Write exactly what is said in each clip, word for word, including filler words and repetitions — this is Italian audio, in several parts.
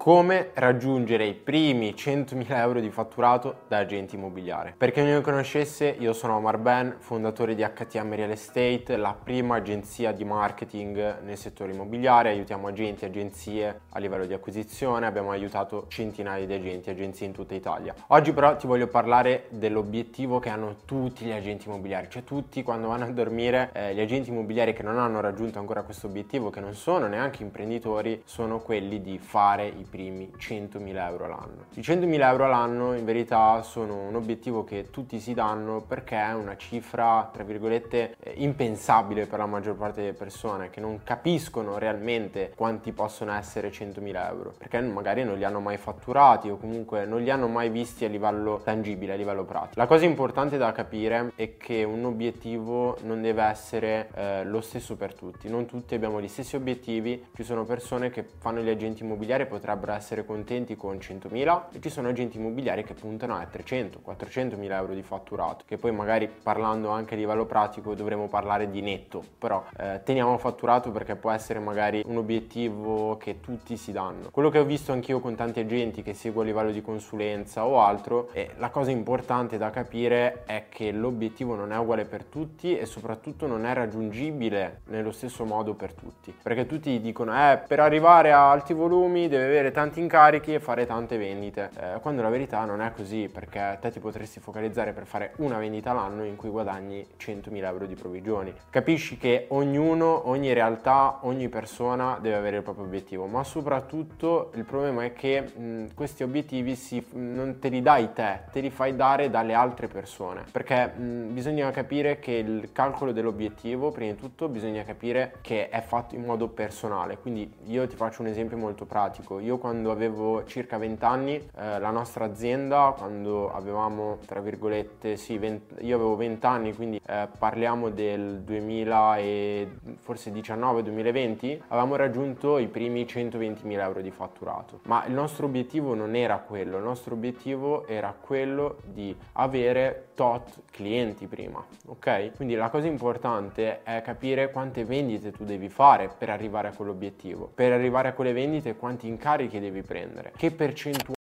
Come raggiungere i primi centomila euro di fatturato da agente immobiliare. Per chi non mi conoscesse, io sono Omar Ben, fondatore di H T M Real Estate, la prima agenzia di marketing nel settore immobiliare. Aiutiamo agenti e agenzie a livello di acquisizione, abbiamo aiutato centinaia di agenti e agenzie in tutta Italia. Oggi però ti voglio parlare dell'obiettivo che hanno tutti gli agenti immobiliari, cioè tutti quando vanno a dormire, eh, gli agenti immobiliari che non hanno raggiunto ancora questo obiettivo, che non sono neanche imprenditori, sono quelli di fare i primi centomila euro all'anno. I centomila euro all'anno in verità sono un obiettivo che tutti si danno perché è una cifra tra virgolette impensabile per la maggior parte delle persone, che non capiscono realmente quanti possono essere centomila euro, perché magari non li hanno mai fatturati o comunque non li hanno mai visti a livello tangibile, a livello pratico. La cosa importante da capire è che un obiettivo non deve essere eh, lo stesso per tutti, non tutti abbiamo gli stessi obiettivi. Ci sono persone che fanno gli agenti immobiliari e potrebbero essere contenti con centomila e ci sono agenti immobiliari che puntano a trecento quattrocentomila euro di fatturato, che poi magari parlando anche a livello pratico dovremo parlare di netto, però eh, teniamo fatturato perché può essere magari un obiettivo che tutti si danno. Quello che ho visto anch'io con tanti agenti che seguo a livello di consulenza o altro, e la cosa importante da capire è che l'obiettivo non è uguale per tutti e soprattutto non è raggiungibile nello stesso modo per tutti, perché tutti dicono eh per arrivare a alti volumi deve avere tanti incarichi e fare tante vendite, eh, quando la verità non è così, perché te ti potresti focalizzare per fare una vendita all'anno in cui guadagni centomila euro di provvigioni. Capisci che ognuno, ogni realtà, ogni persona deve avere il proprio obiettivo, ma soprattutto il problema è che mh, questi obiettivi si, non te li dai te, te li fai dare dalle altre persone, perché mh, bisogna capire che il calcolo dell'obiettivo, prima di tutto bisogna capire che è fatto in modo personale. Quindi io ti faccio un esempio molto pratico. Io quando avevo circa venti anni, eh, la nostra azienda, quando avevamo tra virgolette, sì, venti, io avevo venti anni, quindi eh, parliamo del duemila e forse diciannove duemilaventi, avevamo raggiunto i primi centoventimila euro di fatturato. Ma il nostro obiettivo non era quello, il nostro obiettivo era quello di avere tot clienti prima, ok? Quindi la cosa importante è capire quante vendite tu devi fare per arrivare a quell'obiettivo, per arrivare a quelle vendite quanti incarichi che devi prendere, che percentuale.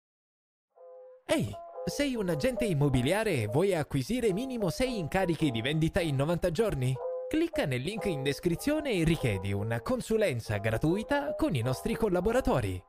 Ehi, sei un agente immobiliare e vuoi acquisire minimo sei incarichi di vendita in novanta giorni? Clicca nel link in descrizione e richiedi una consulenza gratuita con i nostri collaboratori.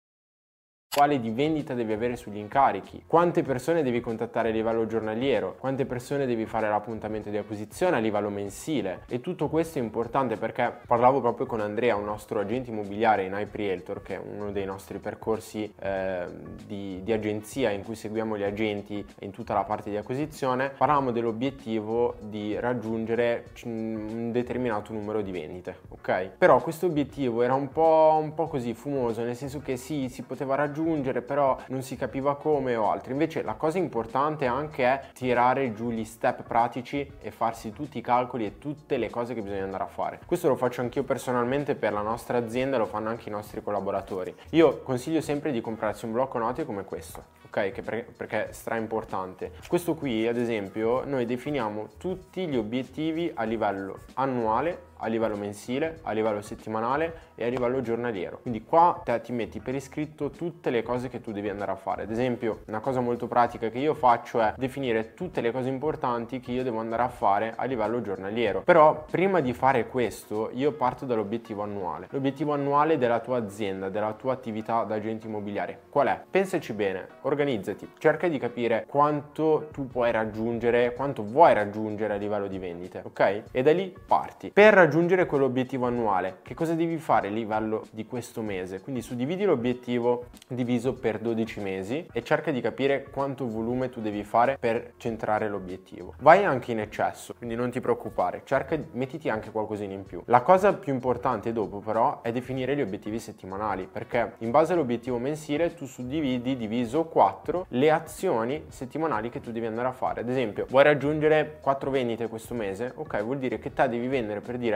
Quale di vendita devi avere sugli incarichi, quante persone devi contattare a livello giornaliero, quante persone devi fare l'appuntamento di acquisizione a livello mensile. E tutto questo è importante perché parlavo proprio con Andrea, un nostro agente immobiliare in Hype Realtor, che è uno dei nostri percorsi eh, di, di agenzia in cui seguiamo gli agenti in tutta la parte di acquisizione. Parlavamo dell'obiettivo di raggiungere un determinato numero di vendite, ok? Però questo obiettivo era un po', un po' così fumoso, nel senso che sì, si poteva raggiungere, però non si capiva come o altro. Invece la cosa importante anche è tirare giù gli step pratici e farsi tutti i calcoli e tutte le cose che bisogna andare a fare. Questo lo faccio anch'io personalmente per la nostra azienda, lo fanno anche i nostri collaboratori. Io consiglio sempre di comprarsi un blocco note come questo, ok? Che per, perché è stra importante. Questo qui, ad esempio, noi definiamo tutti gli obiettivi a livello annuale, a livello mensile, a livello settimanale e a livello giornaliero. Quindi qua te ti metti per iscritto tutte le cose che tu devi andare a fare. Ad esempio, una cosa molto pratica che io faccio è definire tutte le cose importanti che io devo andare a fare a livello giornaliero. Però prima di fare questo io parto dall'obiettivo annuale. L'obiettivo annuale della tua azienda, della tua attività da agente immobiliare. Qual è? Pensaci bene, organizzati, cerca di capire quanto tu puoi raggiungere, quanto vuoi raggiungere a livello di vendite, ok? E da lì parti. Per raggiungere quell'obiettivo annuale, che cosa devi fare a livello di questo mese? Quindi suddividi l'obiettivo diviso per dodici mesi e cerca di capire quanto volume tu devi fare per centrare l'obiettivo. Vai anche in eccesso, quindi non ti preoccupare, cerca, mettiti anche qualcosina in più. La cosa più importante dopo però è definire gli obiettivi settimanali, perché in base all'obiettivo mensile tu suddividi diviso quattro le azioni settimanali che tu devi andare a fare. Ad esempio, vuoi raggiungere quattro vendite questo mese? Ok, vuol dire che te devi vendere, per dire,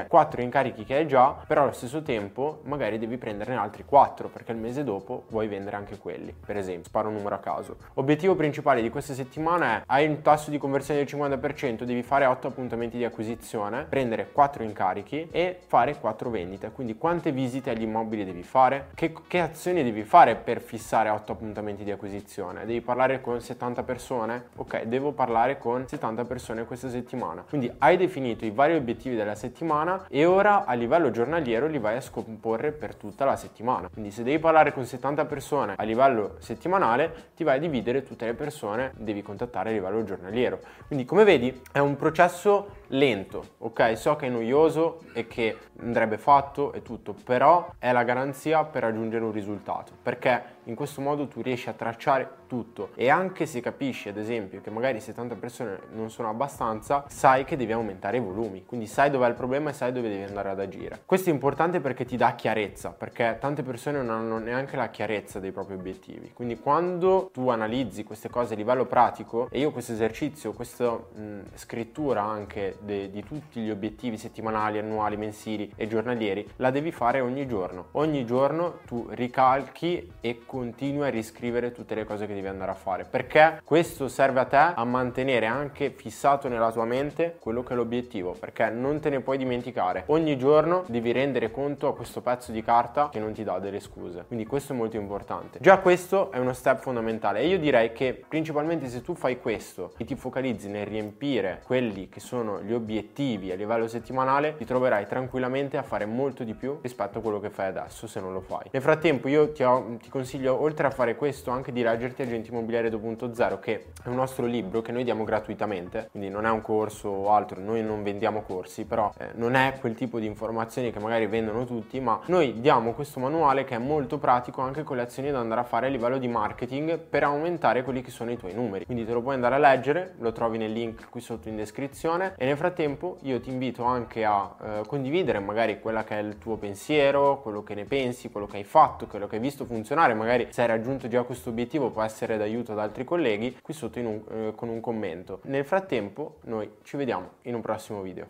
dire quattro incarichi che hai già, però allo stesso tempo magari devi prenderne altri quattro perché il mese dopo vuoi vendere anche quelli. Per esempio, sparo un numero a caso. Obiettivo principale di questa settimana è: hai un tasso di conversione del cinquanta per cento, devi fare otto appuntamenti di acquisizione, prendere quattro incarichi e fare quattro vendite. Quindi quante visite agli immobili devi fare? Che, che azioni devi fare per fissare otto appuntamenti di acquisizione? Devi parlare con settanta persone? Ok, devo parlare con settanta persone questa settimana. Quindi hai definito i vari obiettivi della settimana e ora a livello giornaliero li vai a scomporre per tutta la settimana. Quindi se devi parlare con settanta persone a livello settimanale, ti vai a dividere tutte le persone che devi contattare a livello giornaliero. Quindi come vedi è un processo lento, ok? So che è noioso e che andrebbe fatto e tutto, però è la garanzia per raggiungere un risultato, perché in questo modo tu riesci a tracciare tutto e anche se capisci ad esempio che magari settanta persone non sono abbastanza, sai che devi aumentare i volumi, quindi sai dov'è il problema e sai dove devi andare ad agire. Questo è importante perché ti dà chiarezza, perché tante persone non hanno neanche la chiarezza dei propri obiettivi, quindi quando tu analizzi queste cose a livello pratico, e io questo esercizio, questa mh, scrittura anche de, di tutti gli obiettivi settimanali, annuali, mensili e giornalieri, la devi fare ogni giorno. Ogni giorno tu ricalchi e continui a riscrivere tutte le cose che devi andare a fare, perché questo serve a te a mantenere anche fissato nella tua mente quello che è l'obiettivo, perché non te ne puoi dimenticare. Ogni giorno devi rendere conto a questo pezzo di carta che non ti dà delle scuse, quindi questo è molto importante. Già questo è uno step fondamentale e io direi che principalmente se tu fai questo e ti focalizzi nel riempire quelli che sono gli obiettivi a livello settimanale, ti troverai tranquillamente a fare molto di più rispetto a quello che fai adesso se non lo fai. Nel frattempo io ti, ho, ti consiglio, oltre a fare questo, anche di leggerti Agente Immobiliare due punto zero, che è un nostro libro che noi diamo gratuitamente, quindi non è un corso o altro, noi non vendiamo corsi, però eh, non è quel tipo di informazioni che magari vendono tutti, ma noi diamo questo manuale che è molto pratico anche con le azioni da andare a fare a livello di marketing per aumentare quelli che sono i tuoi numeri, quindi te lo puoi andare a leggere, lo trovi nel link qui sotto in descrizione e nel frattempo io ti invito anche a eh, condividere magari quella che è il tuo pensiero, quello che ne pensi, quello che hai fatto, quello che hai visto funzionare, magari se hai raggiunto già questo obiettivo può essere d'aiuto ad altri colleghi qui sotto in un, eh, con un commento. Nel frattempo noi ci vediamo in un prossimo video.